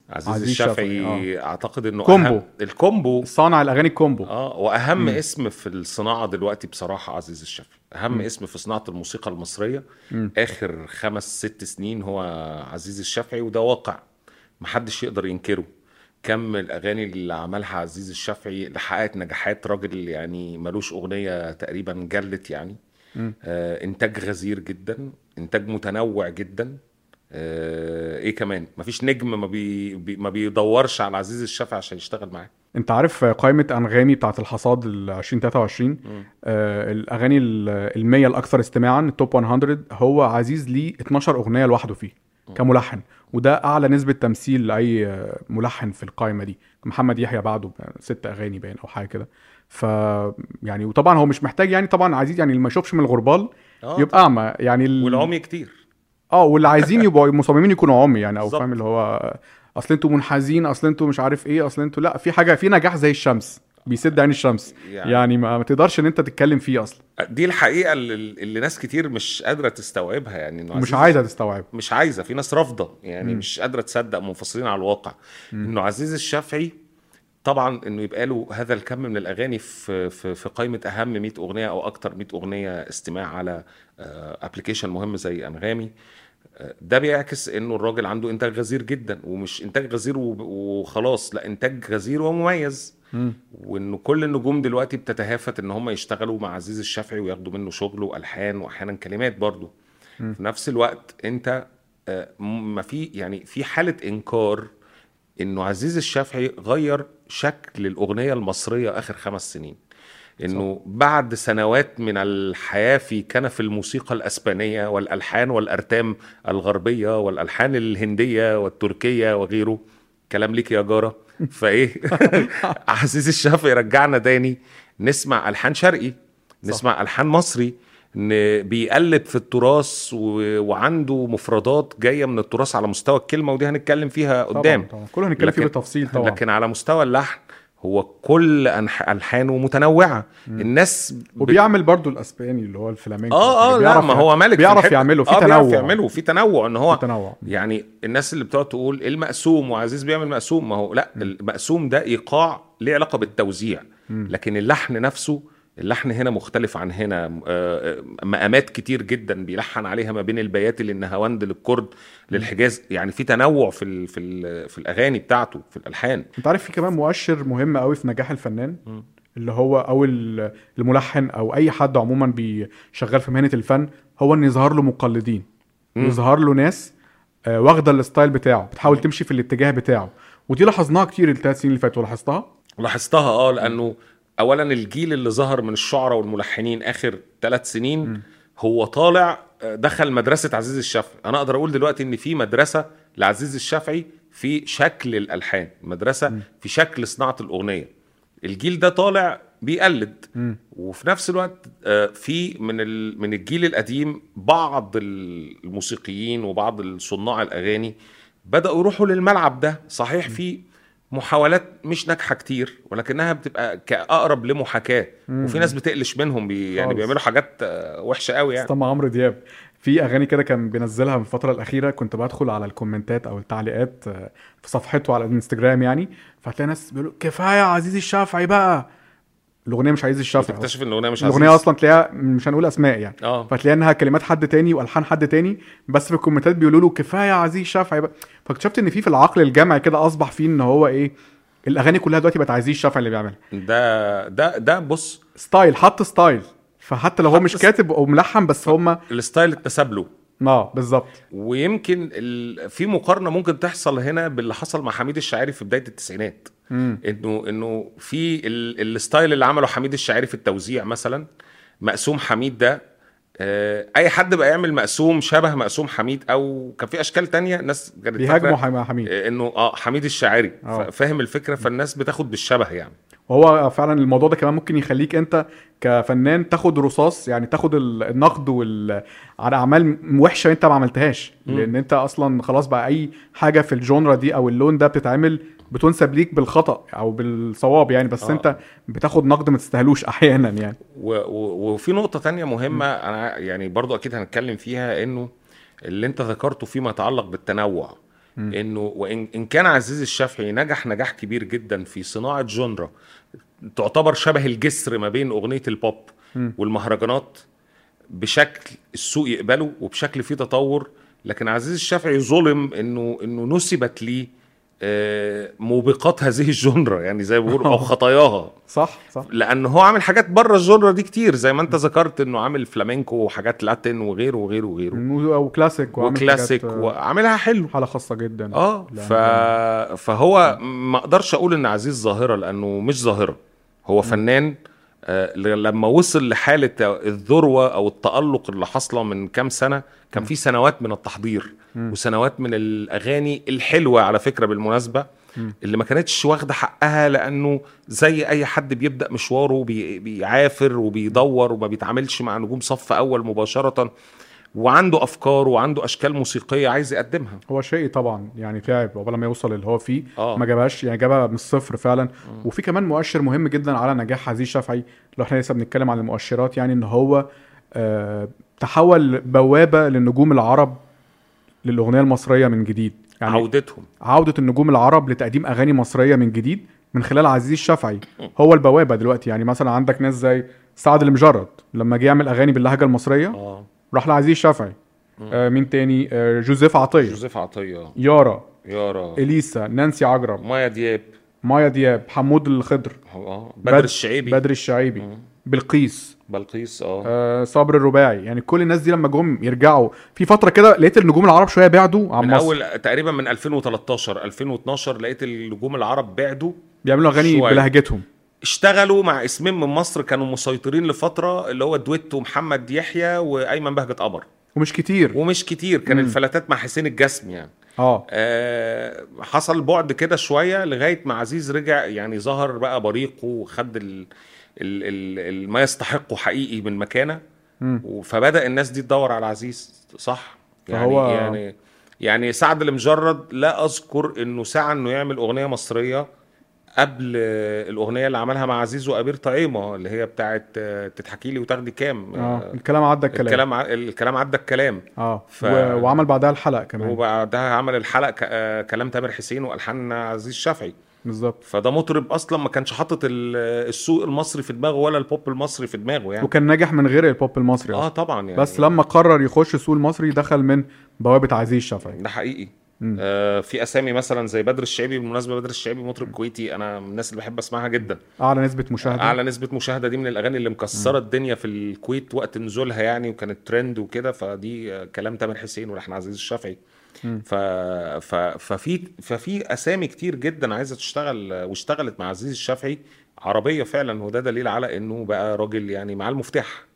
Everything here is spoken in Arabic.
عزيز الشافعي اعتقد انه كومبو. الكومبو صانع الاغاني الكومبو. واهم اسم في الصناعه دلوقتي بصراحه عزيز الشافعي، اهم اسم في صناعه الموسيقى المصريه اخر 5-6 سنين هو عزيز الشافعي، وده واقع محدش يقدر ينكره. كم الاغاني اللي عملها عزيز الشافعي اللي حققت نجاحات، راجل يعني ملوش اغنيه تقريبا جلت يعني. انتاج غزير جدا، انتاج متنوع جدا. ايه كمان، مفيش نجم ما بيدورش على عزيز الشافعي عشان يشتغل معاه. انت عارف قائمة انغامي بتاعت الحصاد 2023 الاغاني 100 الاكثر استماعا، التوب 100، هو عزيز ليه 12 اغنية لوحده فيه كملحن، وده اعلى نسبة تمثيل لاي ملحن في القائمة دي. محمد يحيى بعده 6 اغاني باين او حاجة كده. ف يعني وطبعا هو مش محتاج يعني، طبعا عزيز يعني اللي ما يشوفش من الغربال يبقى اعمى يعني والعمي كتير. واللي عايزين يبقوا مصممين يكونوا عمي يعني، او بالظبط. فاهم اللي هو اصل انتوا منحازين، اصل انتوا مش عارف ايه، اصل انتوا لا، في حاجه في نجاح زي الشمس بيسد عين الشمس يعني ما تقدرش ان انت تتكلم فيه اصلا. دي الحقيقه اللي ناس كتير مش قادره تستوعبها يعني، انه مش عايزه تستوعب، مش عايزه، في ناس رافضه يعني مش قادره تصدق، منفصلين على الواقع انه عزيز الشافعي طبعا انه يبقى له هذا الكم من الاغاني في قائمه اهم 100 اغنيه او اكتر 100 اغنيه استماع على ابلكيشن مهم زي انغامي. ده بيعكس انه الراجل عنده انتاج غزير جدا، ومش انتاج غزير وخلاص، لا، انتاج غزير ومميز. وانه كل النجوم دلوقتي بتتهافت ان هم يشتغلوا مع عزيز الشافعي وياخدوا منه شغل والحان واحيانا كلمات برضو. في نفس الوقت انت ما في يعني في حالة انكار انه عزيز الشافعي غير شكل الاغنية المصرية اخر 5 سنين. انه بعد سنوات من الحياة في كنف الموسيقى الاسبانية والالحان والارتام الغربية والالحان الهندية والتركية وغيره، كلام ليك يا جارة. فايه عزيز الشافعي رجعنا تاني نسمع الحان شرقي، نسمع الحان مصري، بيقلب في التراث وعنده مفردات جايه من التراث على مستوى الكلمه، ودي هنتكلم فيها قدام. طبعا كله هنتكلم فيه بالتفصيل طبعا. لكن على مستوى اللحن هو كل الحانه متنوعه. الناس وبيعمل برضو الاسباني اللي هو الفلامينكو. لا، ما هو ملك بيعرف يعمله في تنوع، بيعرف يعمله في تنوع، ان هو تنوع. يعني الناس اللي بتقعد تقول المقسوم وعزيز بيعمل مقسوم، ما هو لا، المقسوم ده ايقاع ليه علاقه بالتوزيع، لكن اللحن نفسه، اللحن هنا مختلف عن هنا. مقامات كتير جدا بيلحن عليها ما بين البياتي للنهاوند للكرد للحجاز، يعني في تنوع في الاغاني بتاعته في الالحان. انت عارف في كمان مؤشر مهم قوي في نجاح الفنان اللي هو او الملحن او اي حد عموما بيشغل في مهنة الفن، هو ان يظهر له مقلدين، يظهر له ناس واخده الستايل بتاعه بتحاول تمشي في الاتجاه بتاعه. ودي لاحظناها كتير ال3 سنين اللي فاتوا. لاحظتها لانه اولا الجيل اللي ظهر من الشعراء والملحنين اخر 3 سنين هو طالع دخل مدرسة عزيز الشافعي. انا اقدر اقول دلوقتي ان في مدرسة لعزيز الشافعي في شكل الالحان، مدرسة في شكل صناعة الاغنية. الجيل ده طالع بيقلد، وفي نفس الوقت في من الجيل القديم بعض الموسيقيين وبعض الصناع الاغاني بدأوا يروحوا للملعب ده. صحيح في محاولات مش ناجحه كتير، ولكنها بتبقى كأقرب لمحاكاه، وفي ناس بتقلش منهم يعني بيعملوا حاجات وحشه قوي يعني. استمع عمرو دياب في اغاني كده كان بينزلها من الفتره الاخيره، كنت بدخل على الكومنتات او التعليقات في صفحته على الانستجرام يعني، فتلاقي ناس بيقولوا كفايه عزيز الشافعي بقى. الاغنيه مش عزيز الشافعي، تكتشف ان الاغنيه مش عزيز، الاغنيه اصلا تلاقيها مش هنقول اسماء يعني. فتلاقي انها كلمات حد تاني والحان حد تاني، بس في الكومنتات بيقولوا له كفايه عزيز الشافعي بقى. فاكتشفت ان في العقل الجمعي كده اصبح فيه ان هو ايه، الاغاني كلها دلوقتي بقت عزيز الشافعي اللي بيعملها. ده بص، ستايل، حط ستايل، فحتى لو هو مش كاتب او ملحن بس هم الستايل اتنسب له. بالظبط. ويمكن في مقارنه ممكن تحصل هنا باللي حصل مع حميد الشاعري في بدايه التسعينات. انه في الستايل اللي عمله حميد الشاعري في التوزيع مثلا، مقسوم حميد ده، اي حد بقى يعمل مقسوم شبه مقسوم حميد، او كان في اشكال تانية ناس كانت بيهاجموا حميد انه حميد الشاعري فاهم الفكره، فالناس بتاخد بالشبه يعني. وهو فعلا الموضوع ده كمان ممكن يخليك انت كفنان تاخد رصاص يعني، تاخد النقد على اعمال وحشه انت ما عملتهاش، لان انت اصلا خلاص بقى اي حاجه في الجونرا دي او اللون ده بتتعمل بتنسب ليك بالخطأ او بالصواب يعني، بس انت بتاخد نقد ما تستاهلوش احيانا يعني. وفي نقطه تانية مهمه انا يعني برضو اكيد هنتكلم فيها، انه اللي انت ذكرته فيما يتعلق بالتنوع، انه وان كان عزيز الشافعي نجح نجاح كبير جدا في صناعه جونرا تعتبر شبه الجسر ما بين اغنيه البوب والمهرجانات بشكل السوق يقبله وبشكل فيه تطور، لكن عزيز الشافعي ظلم انه نسبت ليه موبقات هذه الجونرا، يعني زي ما بيقولوا او خطاياها. صح لان هو عامل حاجات بره الجونرا دي كتير، زي ما انت ذكرت انه عامل فلامينكو وحاجات لاتين وغيره وغيره وغيره وكلاسيك وكلاسيك وعاملها حلو، حالة خاصة جدا. فهو ما اقدرش اقول ان عزيز ظاهرة لانه مش ظاهرة، هو فنان. لما وصل لحالة الذروة او التألق اللي حصله من كام سنة، كان في سنوات من التحضير وسنوات من الاغاني الحلوة على فكرة بالمناسبة اللي ما كانتش واخدة حقها، لانه زي اي حد بيبدأ مشواره بيعافر وبيدور وما بيتعاملش مع نجوم صف اول مباشرة، وعنده افكار وعنده اشكال موسيقيه عايز يقدمها. هو شيء طبعا يعني تعب قبل ما يوصل اللي هو فيه. ما جابهاش يعني، جابها من الصفر فعلا. وفي كمان مؤشر مهم جدا على نجاح عزيز الشافعي، لو احنا لسه بنتكلم عن المؤشرات، يعني ان هو تحول بوابه للنجوم العرب للاغنيه المصريه من جديد، يعني عوده النجوم العرب لتقديم اغاني مصريه من جديد من خلال عزيز الشافعي. هو البوابه دلوقتي. يعني مثلا عندك ناس زي سعد المجرد لما جه يعمل اغاني باللهجه المصريه راح لعزيز الشافعي. مين تاني؟ جوزيف عطية، يارا، إليسا، نانسي عجرم، مايا دياب، حمود الخضر، بدر الشعيبي، بلقيس صابر الرباعي. يعني كل الناس دي لما جم يرجعوا في فترة كده، لقيت النجوم العرب شوية بعدوا عن من مصر. أول تقريبا من 2013 2012 لقيت النجوم العرب بعدوا، بيعملوا أغاني بلهجتهم. اشتغلوا مع اسمين من مصر كانوا مسيطرين لفترة، اللي هو دويتو محمد يحيى وأيمن بهجة قمر، ومش كتير كان الفلاتات مع حسين الجسمي يعني. حصل بعد كده شوية لغاية ما عزيز رجع، يعني ظهر بقى بريقه وخد ما يستحقه حقيقي من مكانه. فبدأ الناس دي تدور على عزيز، صح؟ يعني سعد المجرد لا أذكر إنه سعى إنه يعمل أغنية مصرية قبل الأغنية اللي عملها مع عزيز وأمير طعيمة، اللي هي بتاعت تضحكي لي وتاخدي كام. الكلام عدى الكلام. وعمل بعدها الحلقة كمان، وبعدها عمل الحلقة كلام تامر حسين وألحان عزيز الشافعي بالظبط. فده مطرب اصلا ما كانش حاطط السوق المصري في دماغه ولا البوب المصري في دماغه يعني، وكان ناجح من غير البوب المصري أصلاً. طبعا يعني، بس لما قرر يخش السوق المصري دخل من بوابة عزيز الشافعي. ده حقيقي. في اسامي مثلا زي بدر الشعيبي. بالمناسبه بدر الشعيبي مطرب كويتي، انا من الناس اللي بحب اسمعها جدا. اعلى نسبه مشاهده دي من الاغاني اللي مكسره الدنيا في الكويت وقت نزولها يعني، وكانت ترند وكده. فدي كلام تامر حسين ولحن عزيز الشافعي. ففي اسامي كتير جدا عايزه تشتغل واشتغلت مع عزيز الشافعي عربيه فعلا، وده دليل على انه بقى راجل يعني مع المفتاح.